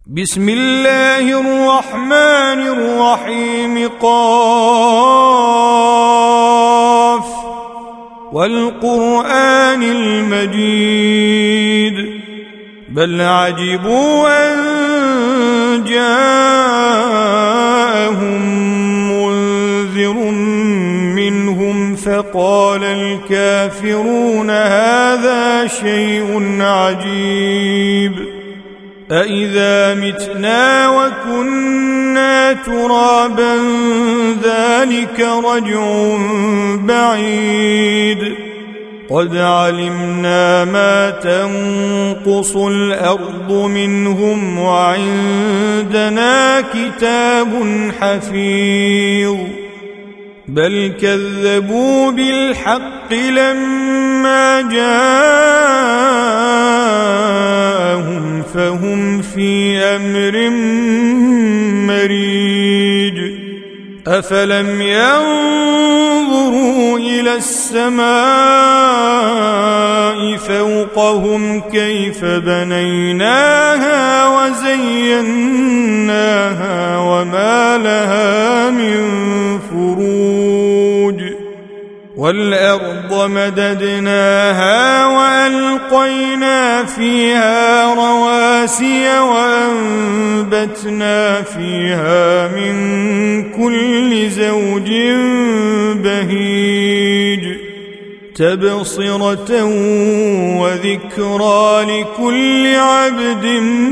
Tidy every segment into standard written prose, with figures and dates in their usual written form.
بسم الله الرحمن الرحيم. قاف والقرآن المجيد بل عجبوا أن جاءهم منذر منهم فقال الكافرون هذا شيء عجيب أإذا متنا وكنا ترابا ذلك رجع بعيد قد علمنا ما تنقص الأرض منهم وعندنا كتاب حفيظ بل كذبوا بالحق لما جاءهم فهم في أمر مريج أفلم ينظروا إلى السماء فوقهم كيف بنيناها وزيناها وما لها من فروج والأرض مددناها وألقينا فيها رواسي وأنبتنا فيها من كل زوج بهيج تبصرة وذكرى لكل عبد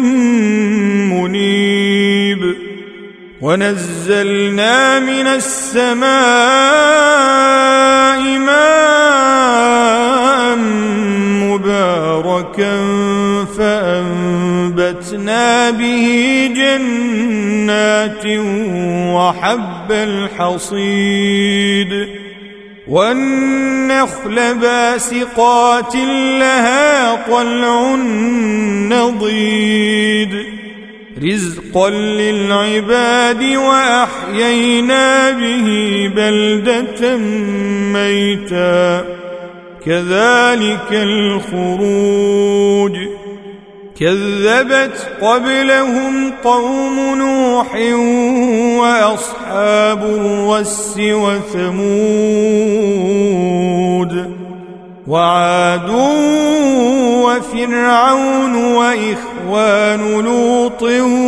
منيب ونزلنا من السماء ماء مباركا فأنبتنا به جنات وحب الحصيد والنخل باسقات لها طلع نضيد رزقا للعباد وأحيينا به بلدة ميتا كذلك الخروج كذبت قبلهم قوم نوح وأصحاب الرس وثمود وعاد وفرعون وإخوان لوط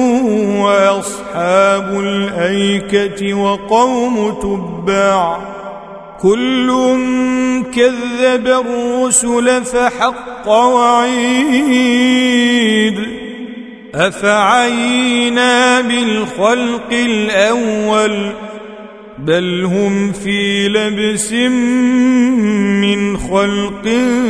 وأصحاب الأيكة وقوم تبع كل كذب الرسل فحق وعيد أفعينا بالخلق الأول بل هم في لبس من خلق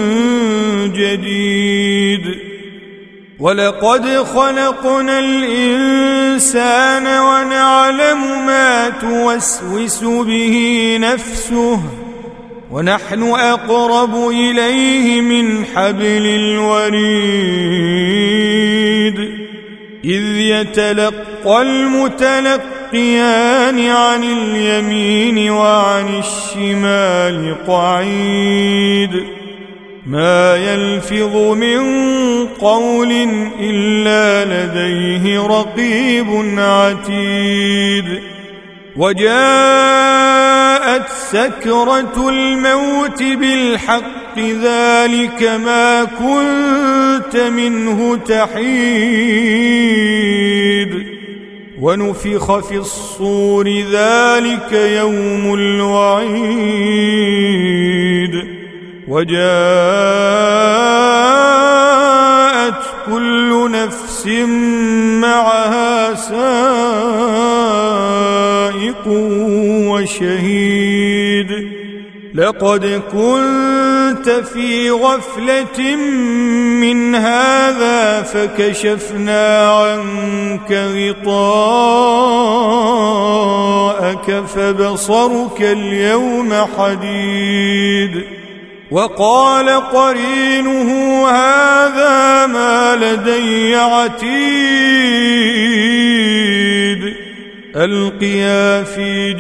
جديد ولقد خلقنا الإنسان ونعلم ما توسوس به نفسه ونحن أقرب إليه من حبل الوريد إذ يتلقى المتلقيان عن اليمين وعن الشمال قعيد ما يلفظ من قول إلا لديه رقيب عتيد وجاءت سكرة الموت بالحق ذلك ما كنت منه تحيد ونفخ في الصور ذلك يوم الوعيد وجاءت كل نفس معها سائق وشهيد لقد كنت في غفلة من هذا فكشفنا عنك غطاءك فبصرك اليوم حديد وقال قرينه هذا ما لدي عتيد ألقيا في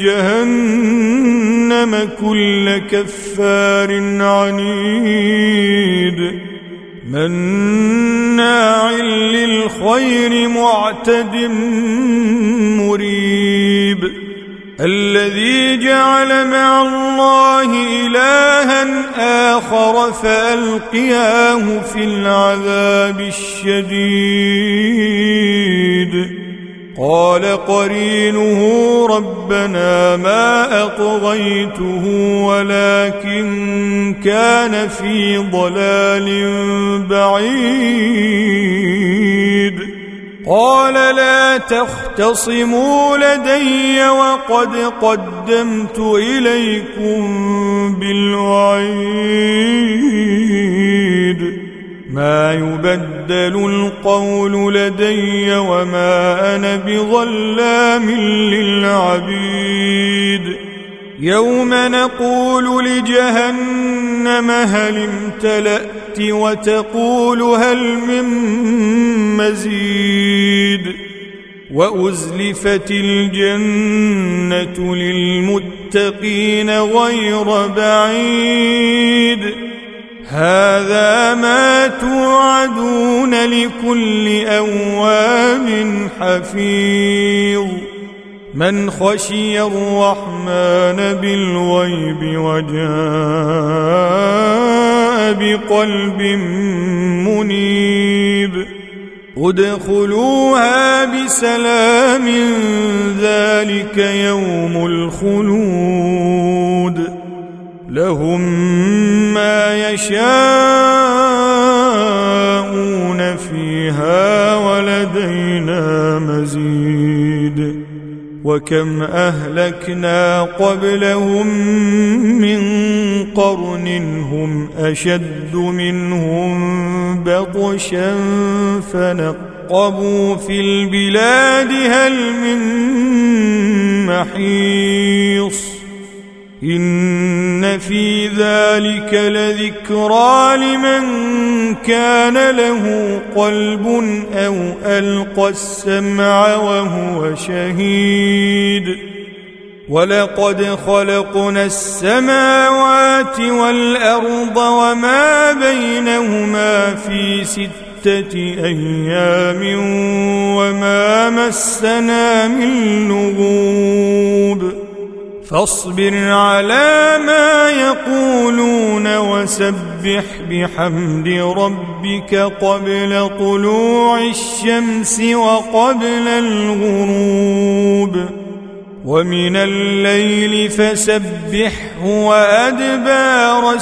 جهنم كل كفار عنيد مناع للخير بالخير معتد مريب الذي جعل مع الله إلها آخر فألقياه في العذاب الشديد قال قرينه ربنا ما أطغيته ولكن كان في ضلال بعيد قال لا تختصموا لدي وقد قدمت إليكم بالوعيد ما يبدل القول لدي وما أنا بظلام للعبيد يوم نقول لجهنم هل امتلأت وتقول هل من مزيد وأزلفت الجنة للمتقين غير بعيد هذا ما توعدون لكل أواب حفيظ من خشي الرحمن بالغيب وجاء بقلب منيب ادخلوها بسلام ذلك يوم الخلود لهم ما يشاءون فيها ولدينا مزيد وكم أهلكنا قبلهم من قرن هم أشد منهم بطشا فنقبوا في البلاد هل من محيص إن في ذلك لذكرى لمن كان له قلب أو ألقى السمع وهو شهيد ولقد خلقنا السماوات والأرض وما بينهما في 6 أيام وما مسنا من لغوب فاصبر على ما يقولون وسبح بحمد ربك قبل طلوع الشمس وقبل الغروب ومن الليل فسبحه وأدبار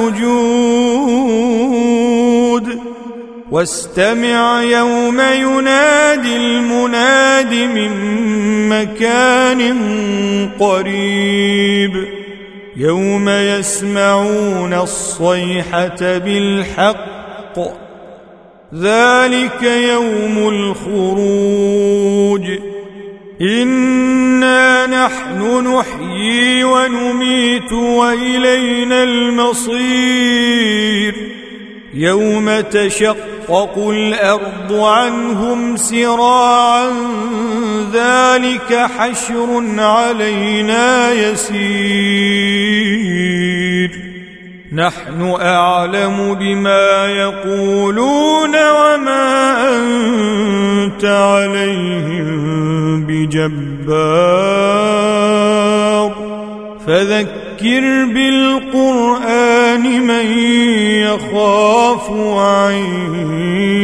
السجود واستمع يوم ينادي المناد من مكان قريب يوم يسمعون الصيحة بالحق ذلك يوم الخروج إنا نحن نحيي ونميت وإلينا المصير يوم تشقق الأرض عنهم سراعا ذلك حشر علينا يسير نحن أعلم بما يقولون وما أنت عليهم بجبار فذكر بالقرآن من يخاف وعيد